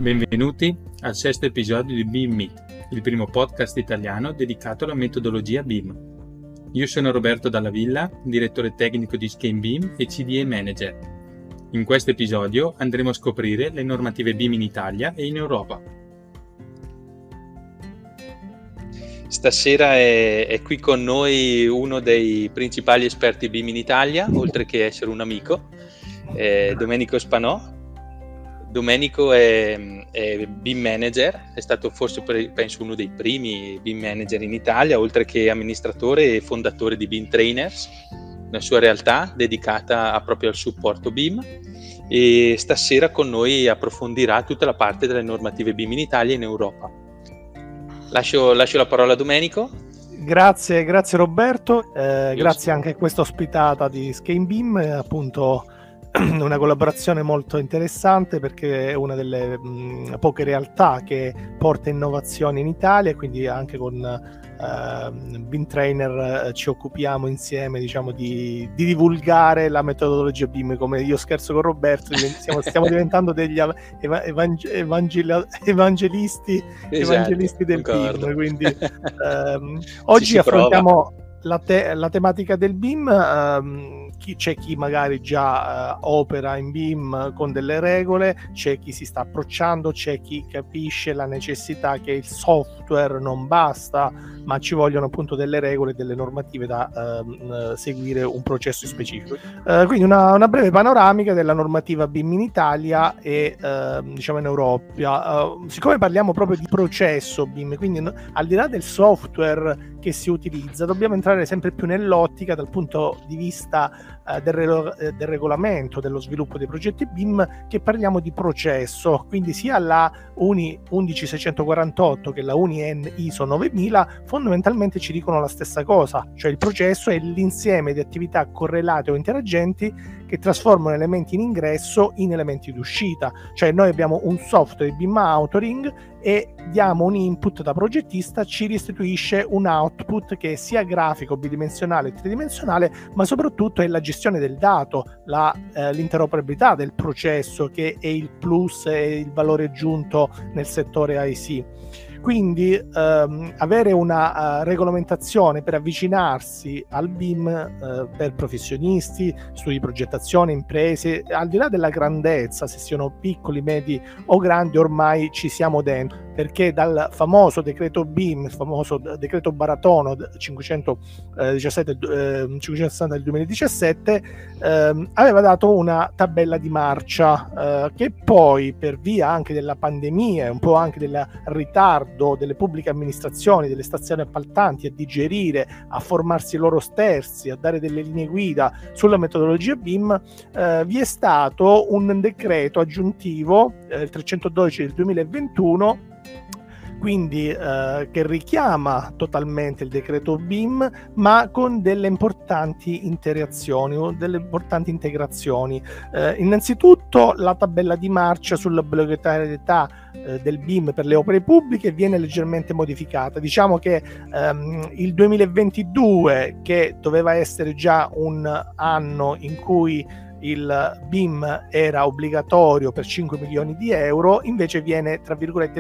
Benvenuti al sesto episodio di BIM Meet, il primo podcast italiano dedicato alla metodologia BIM. Io sono Roberto Dalla Villa, direttore tecnico di Scheme BIM e CDE Manager. In questo episodio andremo a scoprire le normative BIM in Italia e in Europa. Stasera è qui con noi uno dei principali esperti BIM in Italia, oltre che essere un amico, Domenico Spanò. Domenico è BIM Manager, è stato forse penso uno dei primi BIM Manager in Italia, oltre che amministratore e fondatore di BIM Trainers, una sua realtà dedicata proprio al supporto BIM, e stasera con noi approfondirà tutta la parte delle normative BIM in Italia e in Europa. Lascio la parola a Domenico. Grazie Roberto, grazie anche a questa ospitata di Scheme BIM, appunto una collaborazione molto interessante perché è una delle poche realtà che porta innovazione in Italia, quindi anche con BIM Trainer ci occupiamo insieme, diciamo, di divulgare la metodologia BIM. Come io scherzo con Roberto, stiamo diventando degli evangelisti del BIM, quindi oggi affrontiamo la tematica del BIM. C'è chi magari già opera in BIM con delle regole, c'è chi si sta approcciando, c'è chi capisce la necessità che il software non basta, ma ci vogliono appunto delle regole e delle normative da seguire un processo specifico. Quindi una breve panoramica della normativa BIM in Italia e diciamo in Europa. Siccome parliamo proprio di processo BIM, quindi al di là del software che si utilizza, dobbiamo entrare sempre più nell'ottica dal punto di vista del regolamento, dello sviluppo dei progetti BIM, che parliamo di processo, quindi sia la UNI 11648 che la UNI ISO 9000 fondamentalmente ci dicono la stessa cosa, cioè il processo è l'insieme di attività correlate o interagenti che trasformano elementi in ingresso in elementi di uscita, cioè noi abbiamo un software di BIM authoring e diamo un input da progettista, ci restituisce un output che è sia grafico, bidimensionale e tridimensionale, ma soprattutto è la gestione del dato, l'interoperabilità del processo, che è il plus e il valore aggiunto nel settore IC. Quindi avere una regolamentazione per avvicinarsi al BIM per professionisti, studi di progettazione, imprese, al di là della grandezza, se siano piccoli, medi o grandi, ormai ci siamo dentro, perché dal famoso decreto BIM, il famoso decreto Baratono 560 del 2017, aveva dato una tabella di marcia che poi, per via anche della pandemia e un po' anche del ritardo delle pubbliche amministrazioni, delle stazioni appaltanti a digerire, a formarsi loro stessi, a dare delle linee guida sulla metodologia BIM, vi è stato un decreto aggiuntivo, il 312 del 2021, quindi che richiama totalmente il decreto BIM, ma con delle importanti interazioni o delle importanti integrazioni. Innanzitutto la tabella di marcia sull'obbligatorietà del BIM per le opere pubbliche viene leggermente modificata. Diciamo che il 2022, che doveva essere già un anno in cui il BIM era obbligatorio per 5 milioni di euro, invece viene, tra virgolette,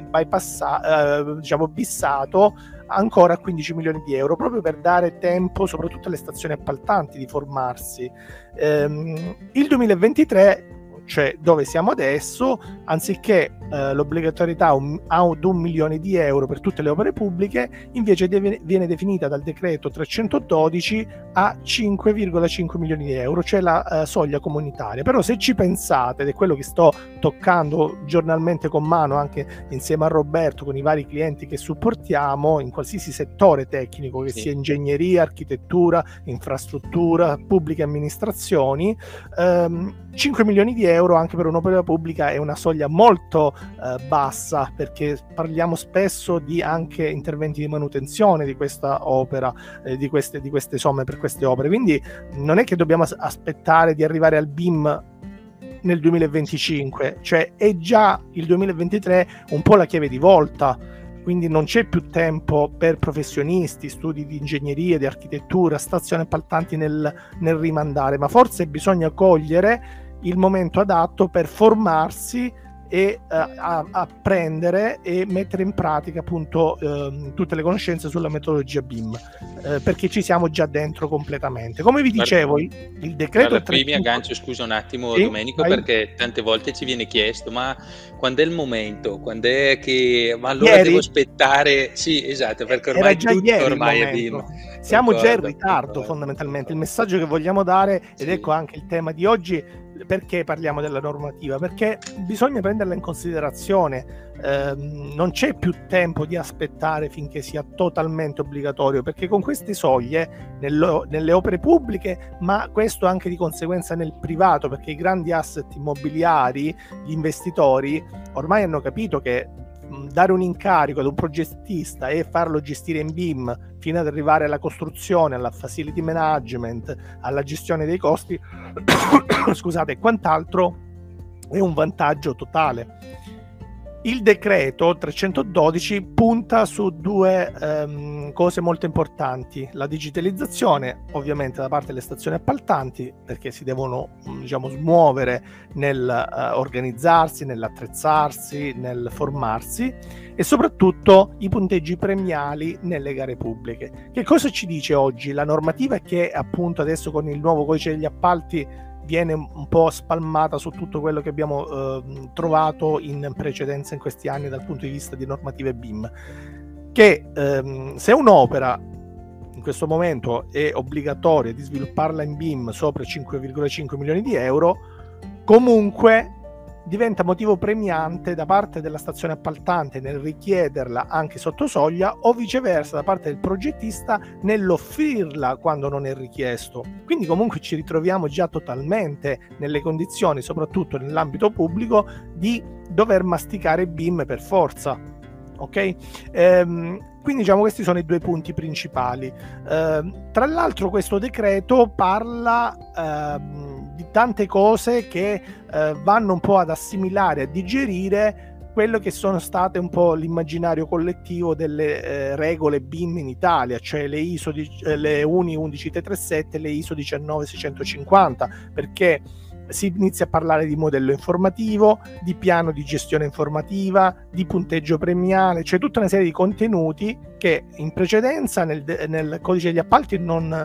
bissato ancora a 15 milioni di euro, proprio per dare tempo soprattutto alle stazioni appaltanti di formarsi. Il 2023, cioè dove siamo adesso, anziché l'obbligatorietà ad 1 milione di euro per tutte le opere pubbliche, invece viene definita dal decreto 312 a 5,5 milioni di euro, cioè la soglia comunitaria. Però se ci pensate, ed è quello che sto toccando giornalmente con mano anche insieme a Roberto con i vari clienti che supportiamo in qualsiasi settore tecnico, che sia ingegneria, architettura, infrastruttura, pubbliche amministrazioni, 5 milioni di euro anche per un'opera pubblica è una soglia molto bassa, perché parliamo spesso di anche interventi di manutenzione di questa opera, di queste somme per queste opere, quindi non è che dobbiamo aspettare di arrivare al BIM nel 2025, cioè è già il 2023 un po' la chiave di volta. Quindi non c'è più tempo per professionisti, studi di ingegneria, di architettura, stazioni appaltanti nel rimandare, ma forse bisogna cogliere il momento adatto per formarsi e apprendere e mettere in pratica appunto tutte le conoscenze sulla metodologia BIM, perché ci siamo già dentro completamente. Come vi dicevo, il decreto... Qui mi aggancio, scusa un attimo, Domenico, perché tante volte ci viene chiesto: ma quando è il momento? Quando è che... Ma allora devo aspettare? Sì, esatto, perché ormai tutto ormai è BIM. Siamo già in ritardo, fondamentalmente. Il messaggio che vogliamo dare, ed ecco anche il tema di oggi. Perché parliamo della normativa? Perché bisogna prenderla in considerazione, non c'è più tempo di aspettare finché sia totalmente obbligatorio, perché con queste soglie nelle opere pubbliche, ma questo anche di conseguenza nel privato, perché i grandi asset immobiliari, gli investitori ormai hanno capito che dare un incarico ad un progettista e farlo gestire in BIM fino ad arrivare alla costruzione, alla facility management, alla gestione dei costi scusate, e quant'altro, è un vantaggio totale. Il decreto 312 punta su due cose molto importanti: la digitalizzazione, ovviamente da parte delle stazioni appaltanti, perché si devono smuovere nel organizzarsi, nell'attrezzarsi, nel formarsi, e soprattutto i punteggi premiali nelle gare pubbliche. Che cosa ci dice oggi la normativa, che appunto adesso con il nuovo codice degli appalti viene un po' spalmata su tutto quello che abbiamo trovato in precedenza in questi anni dal punto di vista di normative BIM, che se un'opera in questo momento è obbligatoria di svilupparla in BIM sopra 5,5 milioni di euro, comunque diventa motivo premiante da parte della stazione appaltante nel richiederla anche sotto soglia, o viceversa da parte del progettista nell'offrirla quando non è richiesto. Quindi comunque ci ritroviamo già totalmente nelle condizioni, soprattutto nell'ambito pubblico, di dover masticare BIM per forza. Ok? Quindi questi sono i due punti principali. Tra l'altro questo decreto parla di tante cose che vanno un po' ad assimilare, a digerire quello che sono state un po' l'immaginario collettivo delle regole BIM in Italia, cioè le ISO le UNI 11337 e le ISO 19650, perché si inizia a parlare di modello informativo, di piano di gestione informativa, di punteggio premiale, cioè tutta una serie di contenuti che in precedenza nel codice degli appalti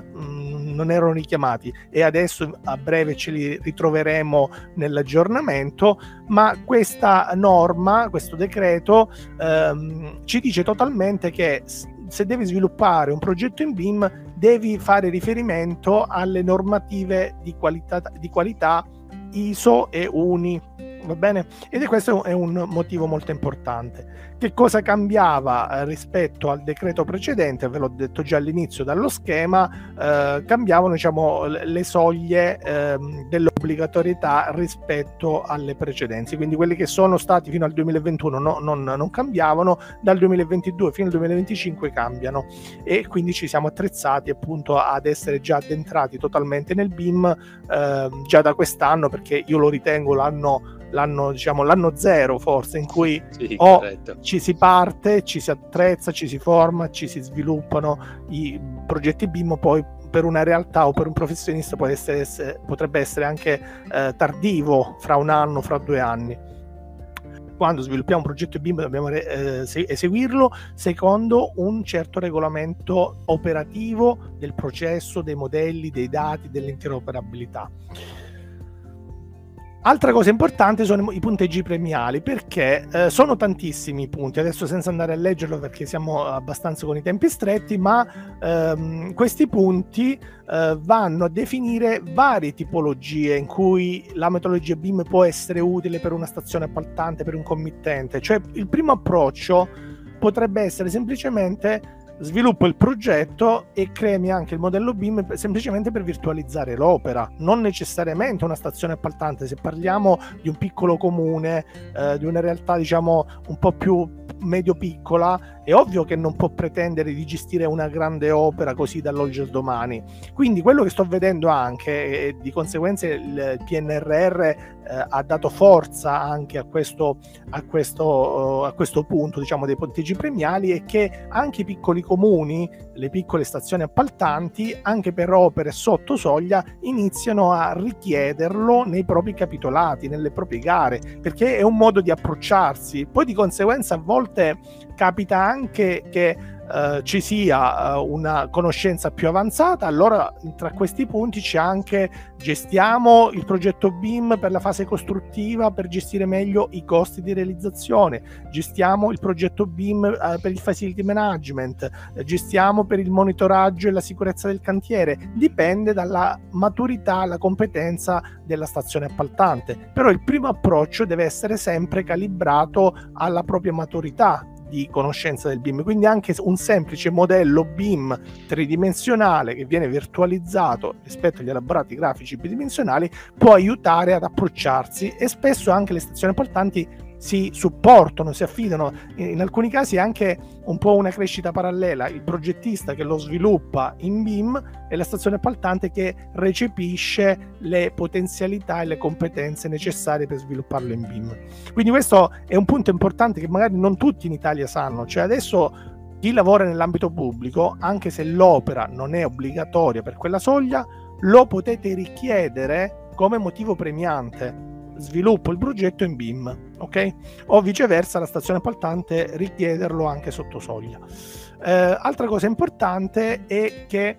non erano richiamati, e adesso a breve ce li ritroveremo nell'aggiornamento. Ma questa norma, questo decreto ci dice totalmente che se devi sviluppare un progetto in BIM devi fare riferimento alle normative di qualità ISO e UNI, va bene? Ed questo è un motivo molto importante. Che cosa cambiava rispetto al decreto precedente? Ve l'ho detto già all'inizio dallo schema, cambiavano le soglie dell'obbligatorietà rispetto alle precedenti, quindi quelli che sono stati fino al 2021 non cambiavano, dal 2022 fino al 2025 cambiano, e quindi ci siamo attrezzati appunto ad essere già addentrati totalmente nel BIM già da quest'anno, perché io lo ritengo l'anno zero forse, in cui ci si parte, ci si attrezza, ci si forma, ci si sviluppano i progetti BIM. Poi per una realtà o per un professionista potrebbe essere anche tardivo, fra un anno, fra 2 anni. Quando sviluppiamo un progetto BIM dobbiamo eseguirlo secondo un certo regolamento operativo del processo, dei modelli, dei dati, dell'interoperabilità. Altra cosa importante sono i punteggi premiali, perché sono tantissimi i punti, adesso senza andare a leggerlo perché siamo abbastanza con i tempi stretti, ma questi punti vanno a definire varie tipologie in cui la metodologia BIM può essere utile per una stazione appaltante, per un committente. Cioè il primo approccio potrebbe essere semplicemente: sviluppo il progetto e creami anche il modello BIM semplicemente per virtualizzare l'opera, non necessariamente una stazione appaltante. Se parliamo di un piccolo comune, di una realtà un po' più medio-piccola, è ovvio che non può pretendere di gestire una grande opera così dall'oggi al domani. Quindi quello che sto vedendo anche, e di conseguenza il PNRR ha dato forza anche a questo punto, diciamo, dei punteggi premiali, è che anche i piccoli comuni, le piccole stazioni appaltanti, anche per opere sotto soglia, iniziano a richiederlo nei propri capitolati, nelle proprie gare, perché è un modo di approcciarsi. Poi di conseguenza a volte capita anche che ci sia una conoscenza più avanzata. Allora tra questi punti c'è anche: gestiamo il progetto BIM per la fase costruttiva per gestire meglio i costi di realizzazione, gestiamo il progetto BIM per il facility management, gestiamo per il monitoraggio e la sicurezza del cantiere. Dipende dalla maturità, la competenza della stazione appaltante, però il primo approccio deve essere sempre calibrato alla propria maturità di conoscenza del BIM. Quindi anche un semplice modello BIM tridimensionale che viene virtualizzato rispetto agli elaborati grafici bidimensionali può aiutare ad approcciarsi, e spesso anche le stazioni appaltanti si supportano, si affidano, in alcuni casi anche un po' una crescita parallela: il progettista che lo sviluppa in BIM e la stazione appaltante che recepisce le potenzialità e le competenze necessarie per svilupparlo in BIM. Quindi questo è un punto importante che magari non tutti in Italia sanno. Cioè adesso chi lavora nell'ambito pubblico, anche se l'opera non è obbligatoria per quella soglia, lo potete richiedere come motivo premiante: sviluppo il progetto in BIM, ok? O viceversa, la stazione appaltante richiederlo anche sotto soglia. Altra cosa importante è che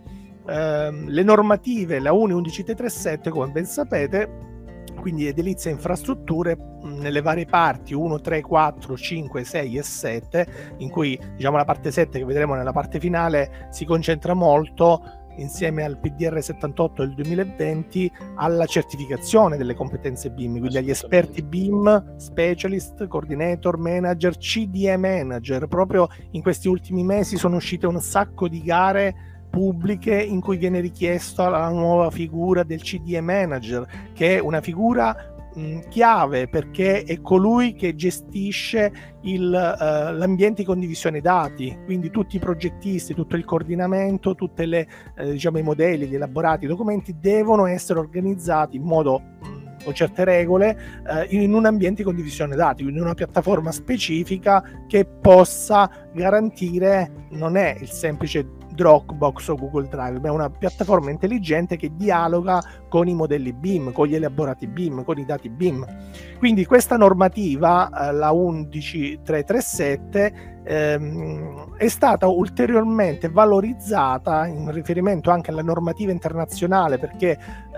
le normative, la UNI 11337, come ben sapete, quindi edilizia e infrastrutture, nelle varie parti 1, 3, 4, 5, 6 e 7, in cui diciamo la parte 7 che vedremo nella parte finale si concentra molto, insieme al PDR 78 del 2020, alla certificazione delle competenze BIM, quindi agli esperti BIM, specialist, coordinator, manager, CDE manager. Proprio in questi ultimi mesi sono uscite un sacco di gare pubbliche in cui viene richiesta la nuova figura del CDE manager, che è una figura chiave, perché è colui che gestisce l'ambiente di condivisione dati, quindi tutti i progettisti, tutto il coordinamento, tutte le diciamo i modelli, gli elaborati, i documenti devono essere organizzati in modo con certe regole in un ambiente di condivisione dati, quindi una piattaforma specifica che possa garantire, non è il semplice Dropbox o Google Drive, ma è una piattaforma intelligente che dialoga con i modelli BIM, con gli elaborati BIM, con i dati BIM. Quindi questa normativa, la 11337, è stata ulteriormente valorizzata in riferimento anche alla normativa internazionale, perché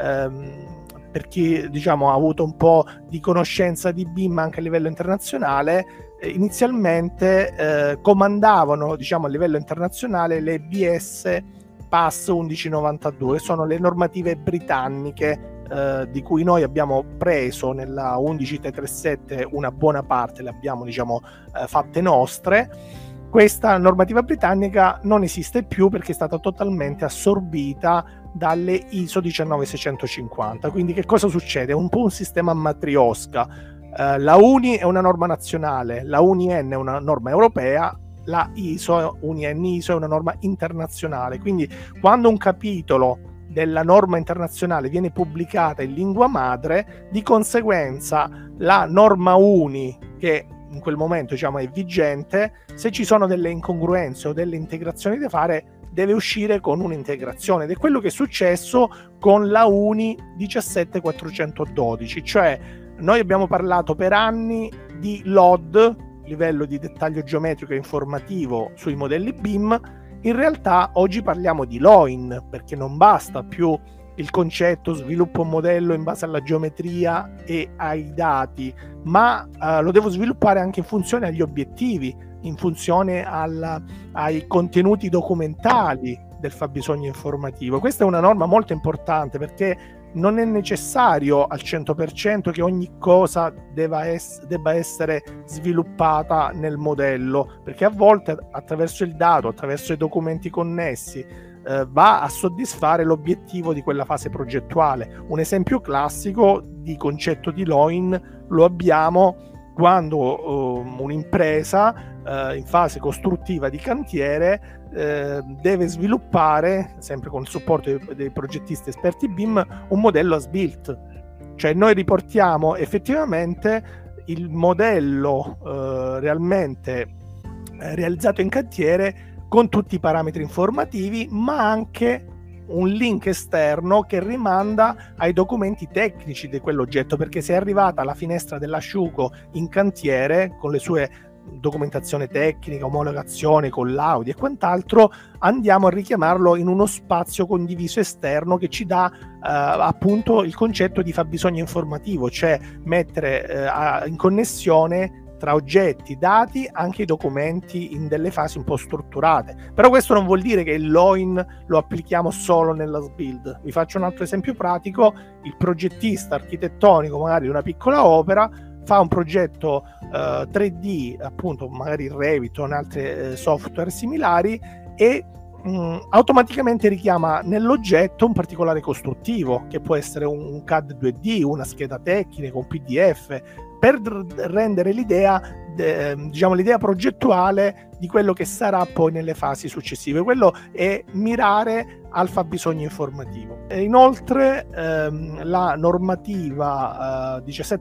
per chi diciamo ha avuto un po' di conoscenza di BIM anche a livello internazionale, inizialmente comandavano diciamo a livello internazionale le BS PAS 1192, sono le normative britanniche di cui noi abbiamo preso nella 11337 una buona parte, le abbiamo diciamo fatte nostre. Questa normativa britannica non esiste più perché è stata totalmente assorbita dalle ISO 19650. Quindi che cosa succede? È un po' un sistema a matriosca. La UNI è una norma nazionale, la UNIN è una norma europea, la ISO, UNIN ISO, è una norma internazionale. Quindi quando un capitolo della norma internazionale viene pubblicata in lingua madre, di conseguenza la norma UNI, che in quel momento diciamo è vigente, se ci sono delle incongruenze o delle integrazioni da fare, deve uscire con un'integrazione, ed è quello che è successo con la UNI 17412. Cioè noi abbiamo parlato per anni di LOD, livello di dettaglio geometrico e informativo sui modelli BIM. In realtà oggi parliamo di LOIN, perché non basta più il concetto sviluppo un modello in base alla geometria e ai dati, ma lo devo sviluppare anche in funzione agli obiettivi, in funzione ai contenuti documentali del fabbisogno informativo. Questa è una norma molto importante, perché non è necessario al 100% che ogni cosa debba essere sviluppata nel modello, perché a volte attraverso il dato, attraverso i documenti connessi, va a soddisfare l'obiettivo di quella fase progettuale. Un esempio classico di concetto di LOIN lo abbiamo quando un'impresa in fase costruttiva di cantiere deve sviluppare, sempre con il supporto dei progettisti esperti BIM, un modello as-built. cioè noi riportiamo effettivamente il modello realmente realizzato in cantiere con tutti i parametri informativi, ma anche un link esterno che rimanda ai documenti tecnici di quell'oggetto, perché se è arrivata la finestra dell'asciugo in cantiere con le sue documentazione tecnica, omologazione con l'audio e quant'altro, andiamo a richiamarlo in uno spazio condiviso esterno che ci dà appunto il concetto di fabbisogno informativo, cioè mettere in connessione tra oggetti, dati, anche i documenti in delle fasi un po' strutturate. Però questo non vuol dire che il LOIN lo applichiamo solo nella SBuild. Vi faccio un altro esempio pratico: il progettista architettonico magari di una piccola opera fa un progetto 3D, appunto magari in Revit o in altri software similari, e automaticamente richiama nell'oggetto un particolare costruttivo, che può essere un CAD 2D, una scheda tecnica, un PDF, per rendere l'idea, diciamo l'idea progettuale di quello che sarà poi nelle fasi successive. Quello è mirare al fabbisogno informativo. E inoltre la normativa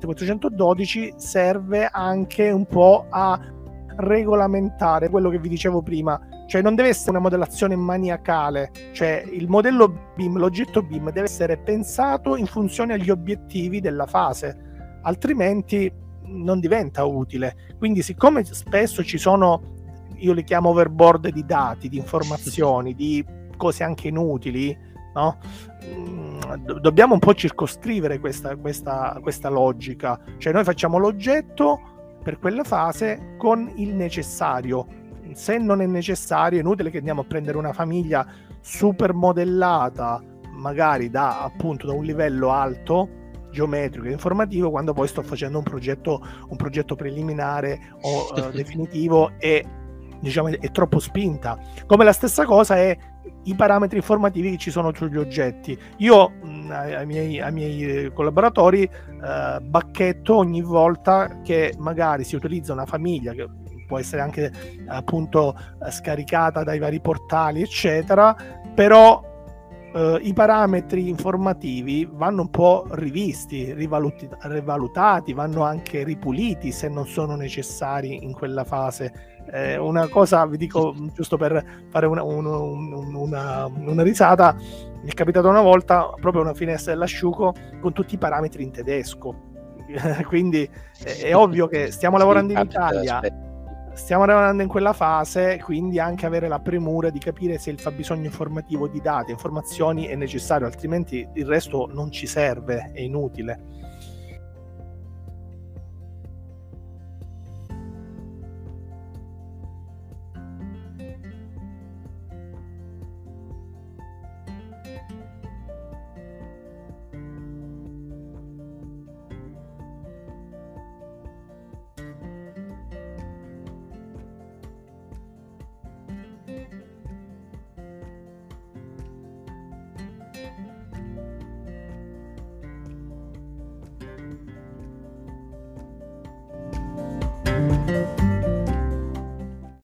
17412 serve anche un po' a regolamentare quello che vi dicevo prima, cioè non deve essere una modellazione maniacale, cioè il modello BIM, l'oggetto BIM deve essere pensato in funzione agli obiettivi della fase, altrimenti non diventa utile. Quindi, siccome spesso ci sono, io li chiamo overboard di dati, di informazioni, di cose anche inutili, no? Dobbiamo un po' circoscrivere questa logica, cioè noi facciamo l'oggetto per quella fase con il necessario. Se non è necessario, è inutile che andiamo a prendere una famiglia super modellata, magari da un livello alto geometrico e informativo, quando poi sto facendo un progetto preliminare o definitivo, e diciamo è troppo spinta. Come la stessa cosa è i parametri informativi che ci sono sugli oggetti. Io ai miei collaboratori bacchetto ogni volta che magari si utilizza una famiglia che può essere anche appunto scaricata dai vari portali eccetera, però i parametri informativi vanno un po' rivisti, rivalutati, vanno anche ripuliti se non sono necessari in quella fase. Una cosa vi dico, giusto per fare una risata: mi è capitato una volta proprio una finestra dell'asciugo con tutti i parametri in tedesco. Quindi è ovvio che stiamo lavorando in Italia, stiamo lavorando in quella fase, quindi anche avere la premura di capire se il fabbisogno informativo di dati, informazioni è necessario, altrimenti il resto non ci serve, è inutile.